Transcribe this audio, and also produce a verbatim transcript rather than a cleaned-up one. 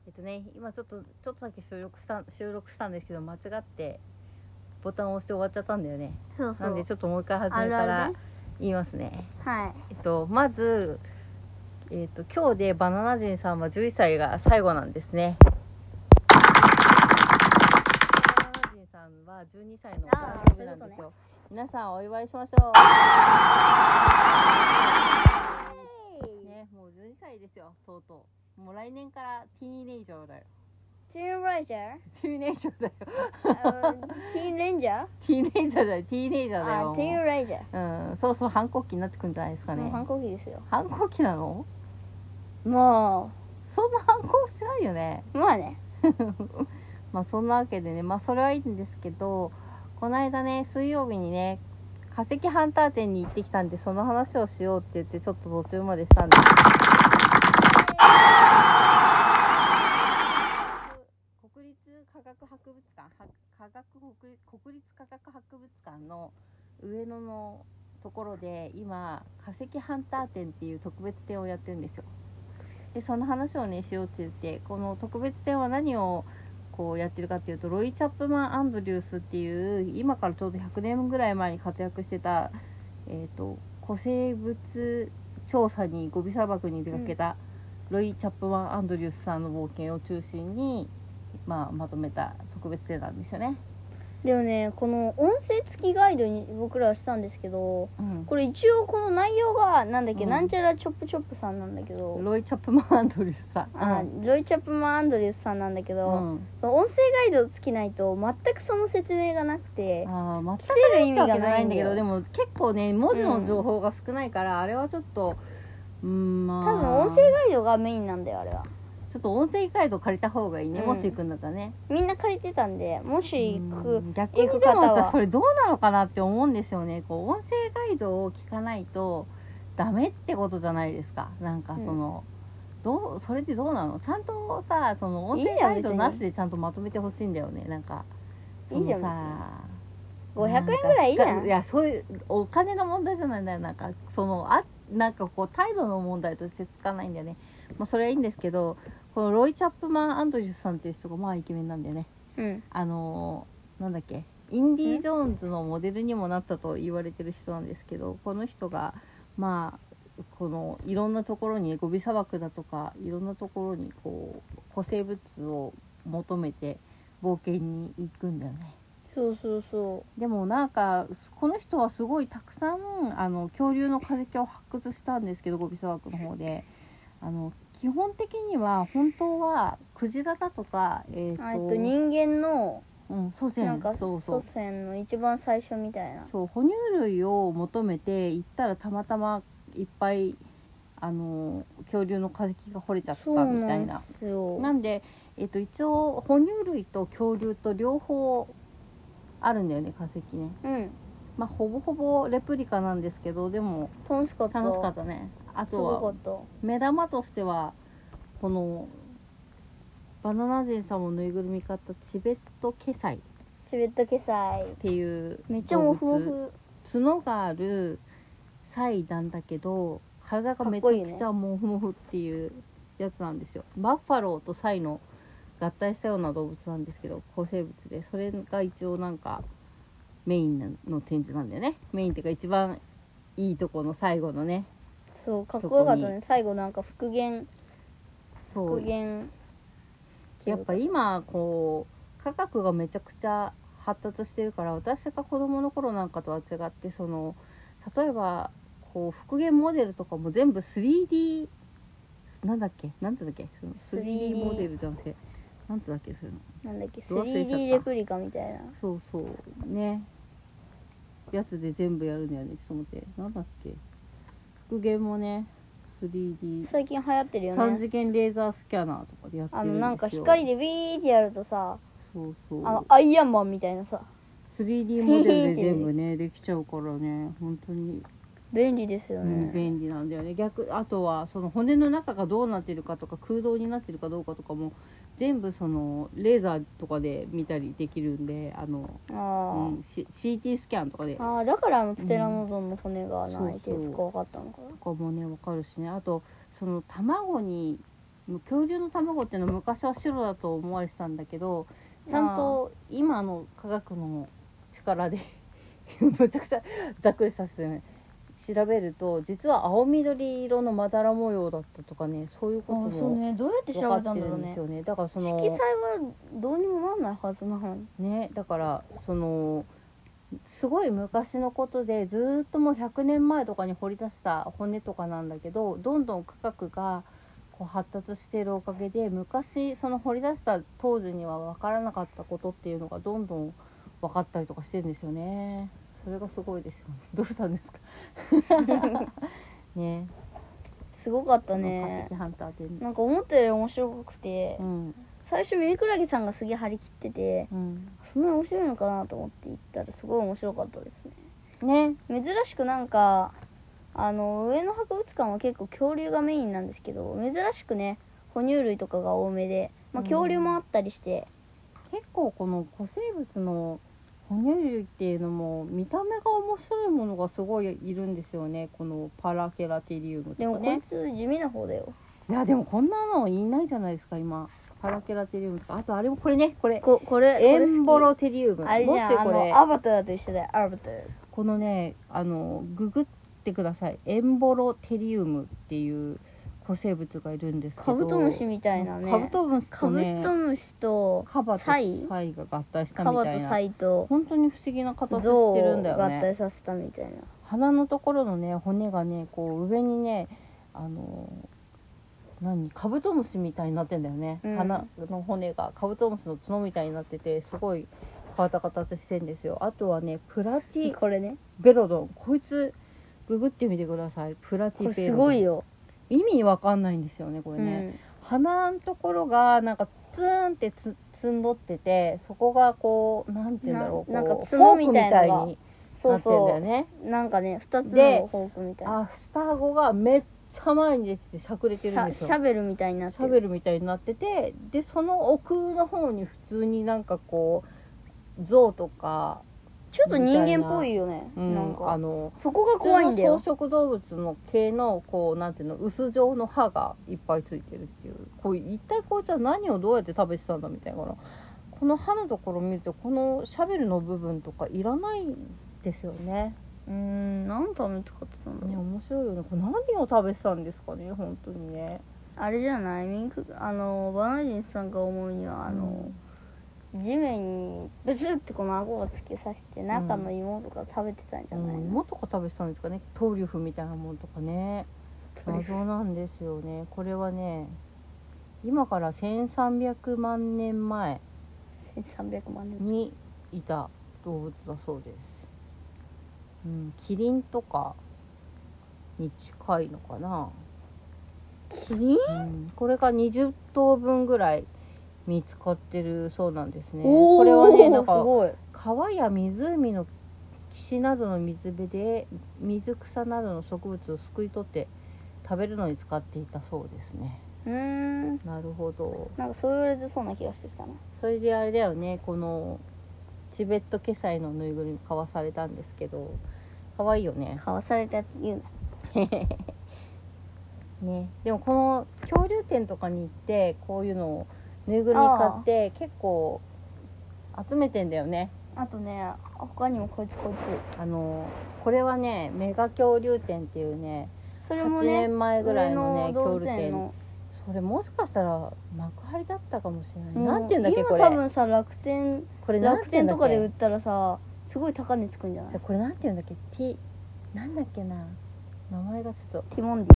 えっとね今ちょっとちょっとだけ収録した収録したんですけど間違ってボタンを押して終わっちゃったんだよね。 そうそう。 なんでちょっともう一回初めから言いますね。 はい。 えっとまずえっと今日でバナナ人さんはじゅういっさいが最後なんですね。バナナ人さんはじゅうにさいのお誕生日なんですよ。皆さんお祝いしましょう。ね、もうじゅうにさいですよ、とうとう。もう来年からティーンエイジャーだよ。 ティーンレイジャー？ ティーンエイジャーだよ。 ティーンレンジャー？ ティーンエイジャーだよ、ティーンエイジャーだよ。 あ、ティーンレイジャー。うん、そろそろ反抗期になってくるんじゃないですかね。 もう反抗期ですよ。 反抗期なの？ もそんな反抗してないよね。 う、まあね。 まあそんなわけでね、まあそれはいいんですけど、この間ね、水曜日にね、化石ハンター展に行ってきたんで、その話をしようって言ってちょっと途中までしたんです。国立科学博物館、科学国立、国立科学博物館の上野のところで今化石ハンター展っていう特別展をやってるんですよ。でその話をねしようって言って、この特別展は何をこうやってるかっていうと、ロイ・チャップマン・アンドリュースっていう今からちょうどひゃくねんぐらい前に活躍してた、えーと、古生物調査にゴビ砂漠に出かけた、うん、ロイ・チャップマン・アンドリュースさんの冒険を中心に、まあ、まとめた特別展なんですよね。 でもね、この音声付きガイドに僕らはしたんですけど、うん、これ一応この内容がなんだっけ、うん、なんちゃらチョップチョップさんなんだけど、 ロイ・チャップマン・アンドリュースさん、 あ、うん、ロイ・チャップマン・アンドリュースさんなんだけど、うん、その音声ガイドをつけないと全くその説明がなくて、 あ全く来てる意味がないんだけど、でも結構ね文字の情報が少ないから、うん、あれはちょっと、うん、まあ多分音声ガイドがメインなんだよ、あれは。 ちょっと音声ガイド借りた方がいいね、うん、もし行くんだったらね。 みんな借りてたんで、もし行く、 逆にでも私それどうなのかなって思うんですよね。こう音声ガイドを聞かないとダメってことじゃないですか。なんかその、うん、どうそれってどうなの？ちゃんとさ、その音声ガイドなしでちゃんとまとめてほしいんだよね。なんかそのさ、ごひゃくえんぐらいいいじゃん。 いや、そういうお金の問題じゃないんだよ。なんかそのあなんかこう態度の問題としてつかないんだよね。まあそれはいいんですけど、このロイ・チャップマン・アンドリュースさんっていう人がまあイケメンなんだよね。 うん、 あのなんだっけ、インディ・ジョーンズのモデルにもなったと言われてる人なんですけど、この人がまあこのいろんなところにゴビ砂漠だとかいろんなところにこう古生物を求めて冒険に行くんだよね。 そうそうそう。 でもなんかこの人はすごいたくさんあの恐竜の化石を発掘したんですけど、ゴビ砂漠の方であの基本的には本当はクジラだとか、えーとえっと人間の、 うん、祖先、 なんかそうそう祖先の一番最初みたいな、 そう哺乳類を求めて行ったらたまたまいっぱいあの恐竜の化石が掘れちゃったみたいな。 そうなんですよ。 なんで、えーと一応哺乳類と恐竜と両方あるんだよね、化石ね。 うん。 まあほぼほぼレプリカなんですけど、でも楽しかった。 楽しかったね。あとは目玉としてはこのバナナ人さんもぬいぐるみ買ったチベットケサイチベットケサイっていうめっちゃモフモフ、 角があるサイなんだけど体がめちゃくちゃモフモフっていうやつなんですよ。バッファローとサイの合体したような動物なんですけど、古生物で、それが一応なんかメインの展示なんだよね。メインっていうか一番いいとこの最後のね。 そうかっこよかったね。最後なんか復元、 そう復元やっぱ今こう科学がめちゃくちゃ発達してるから、私が子供の頃なんかとは違って、その例えばこう復元モデルとかも全部 スリーディー なんだっけなんてだっけ、その スリーディー モデルじゃなくてなんつだっけ、そういうのなんだっけ スリーディー レプリカみたいな、 そうそうねやつで全部やるんだよね。ちょっと待って、なんだっけ、復元もね スリーディー最近流行ってるよね。 さん次元レーザースキャナーとかでやってるんですよ。 あのなんか光でビーってやるとさ、 そうそう、 あのアイアンマンみたいなさスリーディー モデルで全部ねできちゃうからね、本当に便利ですよね、 うん、便利なんだよね。逆あとはその骨の中がどうなってるかとか空洞になってるかどうかとかも全部そのレーザーとかで見たりできるんで、あのあ、 うん、シーティー スキャンとかで、 あだからあのプテラノドンの骨がないってやつか分かったのかな、 とかもね分かるしね。あとその卵に恐竜の卵っていうのは昔は白だと思われてたんだけど、ちゃんと今の科学の力でめちゃくちゃざっくりさせてね調べると、実は青緑色のまだら模様だったとかね、そういうこともそうね、どうやって調べたんだろうね。 よね。だからその色彩はどうにもなんないはずなのにね。だからそのすごい昔のことで、ずっともうひゃくねんまえとかに掘り出した骨とかなんだけど、どんどん科学がこう発達しているおかげで、昔その掘り出した当時には分からなかったことっていうのがどんどん分かったりとかしてるんですよね。それがすごいですよね。どうしたんですかね。 すごかったね。 化石ハンター展なんか思ったより面白くて、うん、最初ミミクラゲさんがすげえ張り切ってて、うん、そんなに面白いのかなと思って行ったらすごい面白かったですね。ね、珍しくなんかあの上野博物館は結構恐竜がメインなんですけど、珍しくね哺乳類とかが多めで、まあ、恐竜もあったりして、 うん、結構この古生物の哺乳類っていうのも見た目が面白いものがすごいいるんですよね。このパラケラテリウムとかね。 でもこいつ地味な方だよ。 いやでもこんなのいないじゃないですか今。パラケラテリウムとか、あとあれもこれね、これここれエンボロテリウム、 あれじゃん、もしこれアバターと一緒だよ。アバター、 このね、あのググってください。エンボロテリウムっていう古生物がいるんですけど、 カブトムシみたいなね。 カブトムシとね、 カブトムシとカバとサイが合体したみたいな。 カバとサイと本当に不思議な形してるんだよね。 合体させたみたいな。 鼻のところのね骨がね、こう上にね、あの何カブトムシみたいになってんだよね、うん、鼻の骨がカブトムシの角みたいになってて、すごい変わった形してんですよ。あとはねプラティこれねベロドン、こいつググってみてください。プラティベロドン、これすごいよ。 意味わかんないんですよねこれね、うん、鼻のところがなんかツーンってつつんどってて、そこがこうなんていうんだろう、 ななんか角みたいなのがになってんだよね。 そうそう、なんかねふたつのフォークみたいな。 あ、下顎がめっちゃ前に出ててしゃくれてるんですよ。 シャベルみたいになってる。 シャベルみたいになってて、でその奥の方に普通になんかこう象とかちょっと人間っぽいよね、 うん、 なんかあのそこが怖いんだよ。 草食動物の系のこうなんていうの、薄状の歯がいっぱいついてるっていう、こう一体こいつは何をどうやって食べてたんだみたいな。この歯のところを見るとこのシャベルの部分とかいらないんですよね。 うーん、何食べてたんだろうね。面白いよね。これ何を食べてたんですかね本当にね。 あれじゃない、ミンクあのバナジンさんが思うにはあの、うん、地面にブツッてこの顎を突き刺して中の芋とか食べてたんじゃないの、うん、 芋とか食べてたんですかね。トリュフみたいなもんとかね。謎なんですよね。これはね今からせんさんびゃくまんねんまえせんさんびゃくまんねんにいた動物だそうです。うん、キリンとかに近いのかな。 キリン、 うん、これがにじゅっとうぶんぐらい見つかってるそうなんですね。これはねなんか川や湖の岸などの水辺で水草などの植物をすくい取って食べるのに使っていたそうですね。 うーん、 なるほど。 なんかそう言われてそうな気がしてきたな。 それであれだよね、このチベットケサイのぬいぐるみ買わされたんですけど、可愛いよね。 買わされたって言うね、でもこの恐竜展とかに行ってこういうのをぬいぐるみ買って結構集めてんだよね。 あとね他にもこいつこいつあのこれはねメガ恐竜展っていうね、 それもねはちねんまえぐらいのね恐竜展の、 それもしかしたら幕張だったかもしれない、うん、なんていうんだっけこれ。 今多分さ楽天これ楽天とかで売ったらさすごい高値つくんじゃない。 じゃこれなんていうんだっけ、T なんだっけな、名前がちょっとティモンディ